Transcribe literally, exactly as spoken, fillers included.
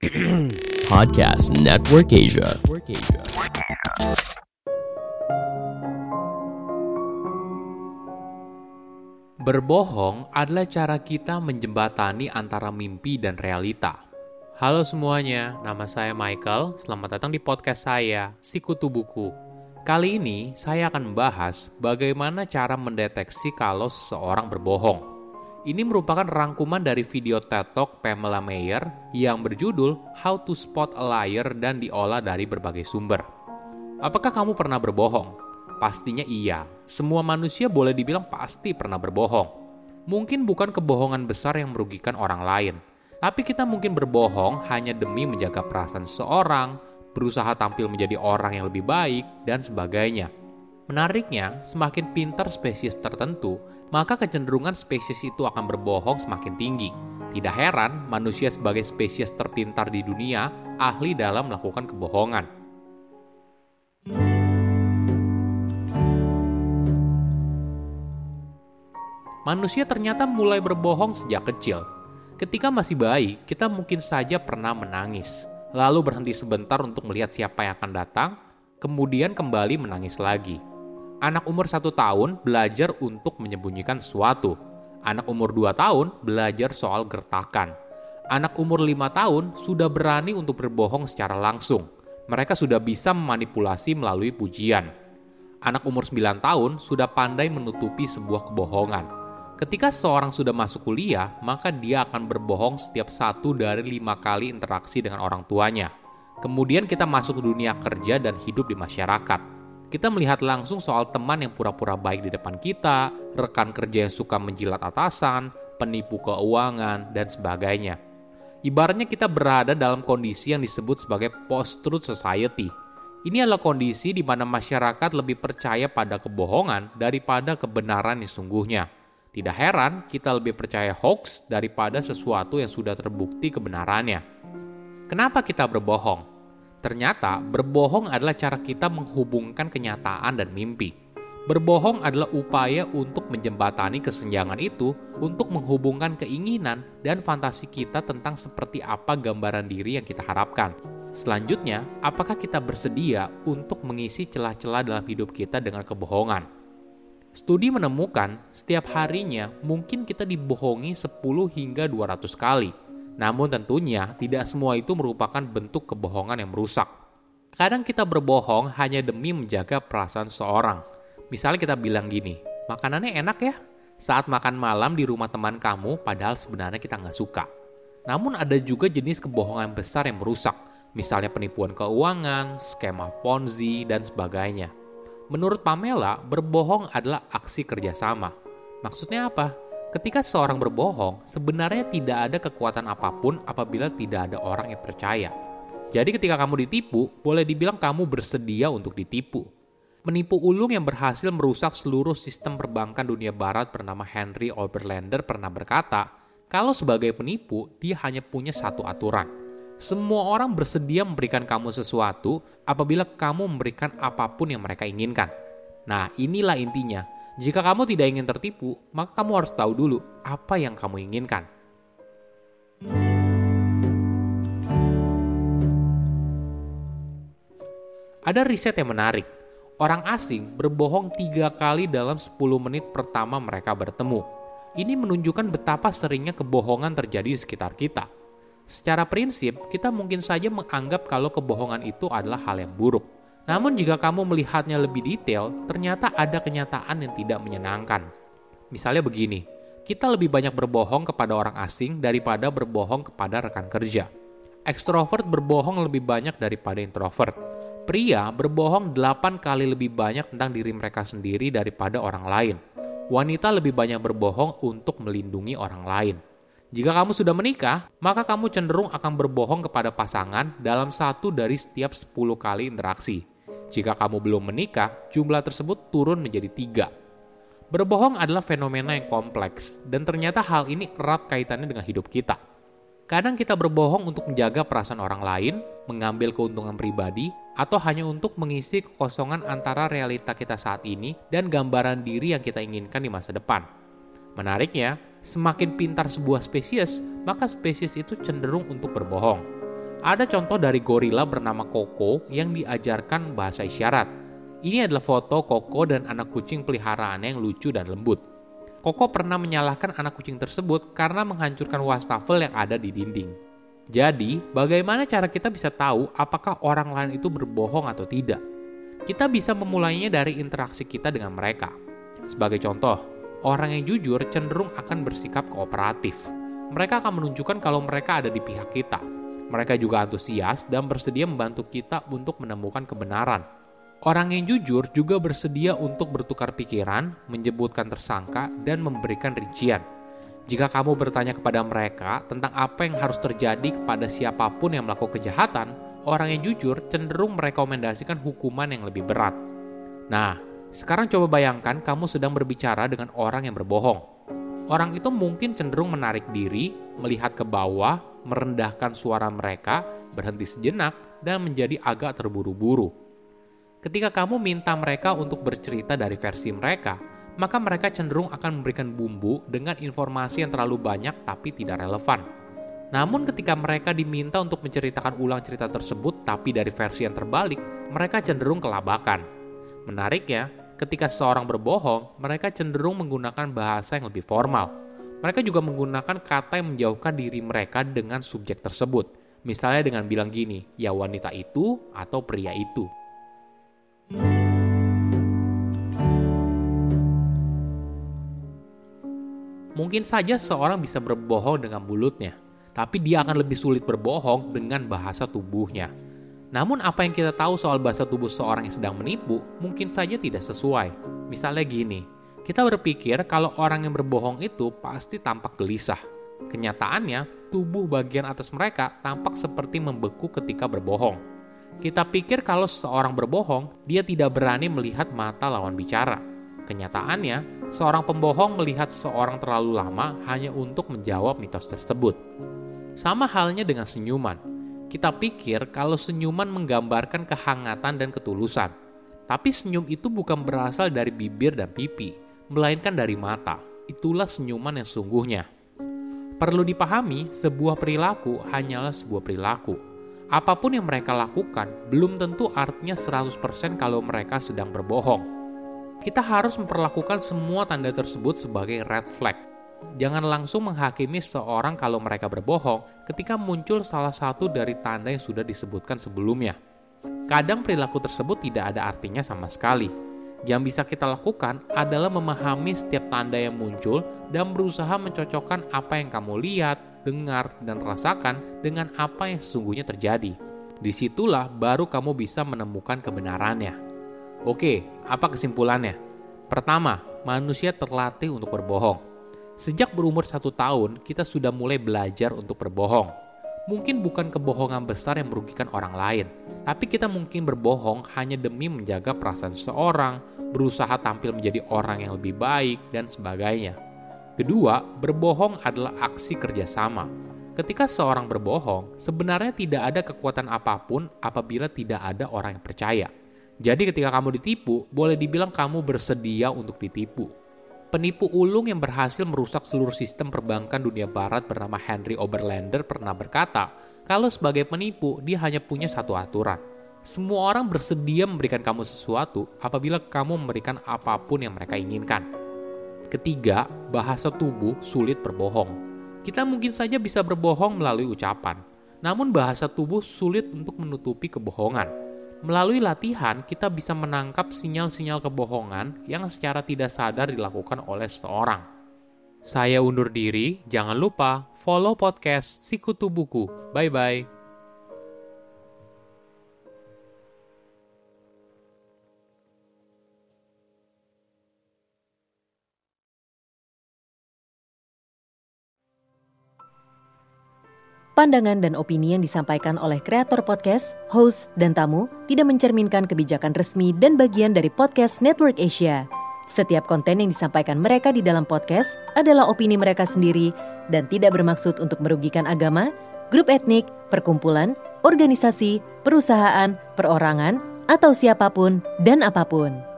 Podcast Network Asia. Berbohong adalah cara kita menjembatani antara mimpi dan realita. Halo semuanya, nama saya Michael. Selamat datang di podcast saya, Sikutu Buku. Kali ini saya akan membahas bagaimana cara mendeteksi kalau seseorang berbohong. Ini merupakan rangkuman dari video TED Talk Pamela Meyer yang berjudul How to Spot a Liar dan diolah dari berbagai sumber. Apakah kamu pernah berbohong? Pastinya iya. Semua manusia boleh dibilang pasti pernah berbohong. Mungkin bukan kebohongan besar yang merugikan orang lain, tapi kita mungkin berbohong hanya demi menjaga perasaan seseorang, berusaha tampil menjadi orang yang lebih baik, dan sebagainya. Menariknya, semakin pintar spesies tertentu, maka kecenderungan spesies itu akan berbohong semakin tinggi. Tidak heran, manusia sebagai spesies terpintar di dunia, ahli dalam melakukan kebohongan. Manusia ternyata mulai berbohong sejak kecil. Ketika masih bayi, kita mungkin saja pernah menangis, lalu berhenti sebentar untuk melihat siapa yang akan datang, kemudian kembali menangis lagi. Anak umur satu tahun belajar untuk menyembunyikan sesuatu. Anak umur dua tahun belajar soal gertakan. Anak umur lima tahun sudah berani untuk berbohong secara langsung. Mereka sudah bisa memanipulasi melalui pujian. Anak umur sembilan tahun sudah pandai menutupi sebuah kebohongan. Ketika seseorang sudah masuk kuliah, maka dia akan berbohong setiap satu dari lima kali interaksi dengan orang tuanya. Kemudian kita masuk ke dunia kerja dan hidup di masyarakat. Kita melihat langsung soal teman yang pura-pura baik di depan kita, rekan kerja yang suka menjilat atasan, penipu keuangan, dan sebagainya. Ibaratnya kita berada dalam kondisi yang disebut sebagai post-truth society. Ini adalah kondisi di mana masyarakat lebih percaya pada kebohongan daripada kebenaran yang sungguhnya. Tidak heran kita lebih percaya hoax daripada sesuatu yang sudah terbukti kebenarannya. Kenapa kita berbohong? Ternyata, berbohong adalah cara kita menghubungkan kenyataan dan mimpi. Berbohong adalah upaya untuk menjembatani kesenjangan itu untuk menghubungkan keinginan dan fantasi kita tentang seperti apa gambaran diri yang kita harapkan. Selanjutnya, apakah kita bersedia untuk mengisi celah-celah dalam hidup kita dengan kebohongan? Studi menemukan setiap harinya mungkin kita dibohongi sepuluh hingga dua ratus kali. Namun tentunya tidak semua itu merupakan bentuk kebohongan yang merusak. Kadang kita berbohong hanya demi menjaga perasaan seseorang. Misalnya kita bilang gini, makanannya enak ya? Saat makan malam di rumah teman kamu padahal sebenarnya kita nggak suka. Namun ada juga jenis kebohongan besar yang merusak. Misalnya penipuan keuangan, skema Ponzi, dan sebagainya. Menurut Pamela, berbohong adalah aksi kerjasama. Maksudnya apa? Ketika seorang berbohong, sebenarnya tidak ada kekuatan apapun apabila tidak ada orang yang percaya. Jadi ketika kamu ditipu, boleh dibilang kamu bersedia untuk ditipu. Penipu ulung yang berhasil merusak seluruh sistem perbankan dunia barat bernama Henry Oberlander pernah berkata, kalau sebagai penipu, dia hanya punya satu aturan. Semua orang bersedia memberikan kamu sesuatu apabila kamu memberikan apapun yang mereka inginkan. Nah, inilah intinya. Jika kamu tidak ingin tertipu, maka kamu harus tahu dulu apa yang kamu inginkan. Ada riset yang menarik. Orang asing berbohong tiga kali dalam sepuluh menit pertama mereka bertemu. Ini menunjukkan betapa seringnya kebohongan terjadi di sekitar kita. Secara prinsip, kita mungkin saja menganggap kalau kebohongan itu adalah hal yang buruk. Namun jika kamu melihatnya lebih detail, ternyata ada kenyataan yang tidak menyenangkan. Misalnya begini, kita lebih banyak berbohong kepada orang asing daripada berbohong kepada rekan kerja. Ekstrovert berbohong lebih banyak daripada introvert. Pria berbohong delapan kali lebih banyak tentang diri mereka sendiri daripada orang lain. Wanita lebih banyak berbohong untuk melindungi orang lain. Jika kamu sudah menikah, maka kamu cenderung akan berbohong kepada pasangan dalam satu dari setiap sepuluh kali interaksi. Jika kamu belum menikah, jumlah tersebut turun menjadi tiga. Berbohong adalah fenomena yang kompleks, dan ternyata hal ini erat kaitannya dengan hidup kita. Kadang kita berbohong untuk menjaga perasaan orang lain, mengambil keuntungan pribadi, atau hanya untuk mengisi kekosongan antara realita kita saat ini dan gambaran diri yang kita inginkan di masa depan. Menariknya, semakin pintar sebuah spesies, maka spesies itu cenderung untuk berbohong. Ada contoh dari gorila bernama Koko yang diajarkan bahasa isyarat. Ini adalah foto Koko dan anak kucing peliharaannya yang lucu dan lembut. Koko pernah menyalahkan anak kucing tersebut karena menghancurkan wastafel yang ada di dinding. Jadi, bagaimana cara kita bisa tahu apakah orang lain itu berbohong atau tidak? Kita bisa memulainya dari interaksi kita dengan mereka. Sebagai contoh, orang yang jujur cenderung akan bersikap kooperatif. Mereka akan menunjukkan kalau mereka ada di pihak kita. Mereka juga antusias dan bersedia membantu kita untuk menemukan kebenaran. Orang yang jujur juga bersedia untuk bertukar pikiran, menyebutkan tersangka, dan memberikan rincian. Jika kamu bertanya kepada mereka tentang apa yang harus terjadi kepada siapapun yang melakukan kejahatan, orang yang jujur cenderung merekomendasikan hukuman yang lebih berat. Nah, sekarang coba bayangkan kamu sedang berbicara dengan orang yang berbohong. Orang itu mungkin cenderung menarik diri, melihat ke bawah, merendahkan suara mereka, berhenti sejenak, dan menjadi agak terburu-buru. Ketika kamu minta mereka untuk bercerita dari versi mereka, maka mereka cenderung akan memberikan bumbu dengan informasi yang terlalu banyak tapi tidak relevan. Namun ketika mereka diminta untuk menceritakan ulang cerita tersebut tapi dari versi yang terbalik, mereka cenderung kelabakan. Menariknya, ketika seseorang berbohong, mereka cenderung menggunakan bahasa yang lebih formal. Mereka juga menggunakan kata yang menjauhkan diri mereka dengan subjek tersebut. Misalnya dengan bilang gini, ya wanita itu atau pria itu. Mungkin saja seorang bisa berbohong dengan mulutnya, tapi dia akan lebih sulit berbohong dengan bahasa tubuhnya. Namun apa yang kita tahu soal bahasa tubuh seorang yang sedang menipu mungkin saja tidak sesuai. Misalnya gini, kita berpikir kalau orang yang berbohong itu pasti tampak gelisah. Kenyataannya, tubuh bagian atas mereka tampak seperti membeku ketika berbohong. Kita pikir kalau seseorang berbohong, dia tidak berani melihat mata lawan bicara. Kenyataannya, seorang pembohong melihat seseorang terlalu lama hanya untuk menjawab mitos tersebut. Sama halnya dengan senyuman. Kita pikir kalau senyuman menggambarkan kehangatan dan ketulusan. Tapi senyum itu bukan berasal dari bibir dan pipi, melainkan dari mata. Itulah senyuman yang sungguhnya. Perlu dipahami, sebuah perilaku hanyalah sebuah perilaku. Apapun yang mereka lakukan, belum tentu artinya seratus persen kalau mereka sedang berbohong. Kita harus memperlakukan semua tanda tersebut sebagai red flag. Jangan langsung menghakimi seseorang kalau mereka berbohong ketika muncul salah satu dari tanda yang sudah disebutkan sebelumnya. Kadang perilaku tersebut tidak ada artinya sama sekali. Yang bisa kita lakukan adalah memahami setiap tanda yang muncul dan berusaha mencocokkan apa yang kamu lihat, dengar, dan rasakan dengan apa yang sesungguhnya terjadi. Disitulah baru kamu bisa menemukan kebenarannya. Oke, apa kesimpulannya? Pertama, manusia terlatih untuk berbohong. Sejak berumur satu tahun, kita sudah mulai belajar untuk berbohong. Mungkin bukan kebohongan besar yang merugikan orang lain, tapi kita mungkin berbohong hanya demi menjaga perasaan seseorang, berusaha tampil menjadi orang yang lebih baik, dan sebagainya. Kedua, berbohong adalah aksi kerjasama. Ketika seorang berbohong, sebenarnya tidak ada kekuatan apapun apabila tidak ada orang yang percaya. Jadi ketika kamu ditipu, boleh dibilang kamu bersedia untuk ditipu. Penipu ulung yang berhasil merusak seluruh sistem perbankan dunia barat bernama Henry Oberlander pernah berkata, kalau sebagai penipu, dia hanya punya satu aturan. Semua orang bersedia memberikan kamu sesuatu apabila kamu memberikan apapun yang mereka inginkan. Ketiga, bahasa tubuh sulit berbohong. Kita mungkin saja bisa berbohong melalui ucapan, namun bahasa tubuh sulit untuk menutupi kebohongan. Melalui latihan, kita bisa menangkap sinyal-sinyal kebohongan yang secara tidak sadar dilakukan oleh seseorang. Saya undur diri, jangan lupa follow podcast Sikutu Buku. Bye-bye. Pandangan dan opini yang disampaikan oleh kreator podcast, host, dan tamu tidak mencerminkan kebijakan resmi dan bagian dari Podcast Network Asia. Setiap konten yang disampaikan mereka di dalam podcast adalah opini mereka sendiri dan tidak bermaksud untuk merugikan agama, grup etnik, perkumpulan, organisasi, perusahaan, perorangan, atau siapapun dan apapun.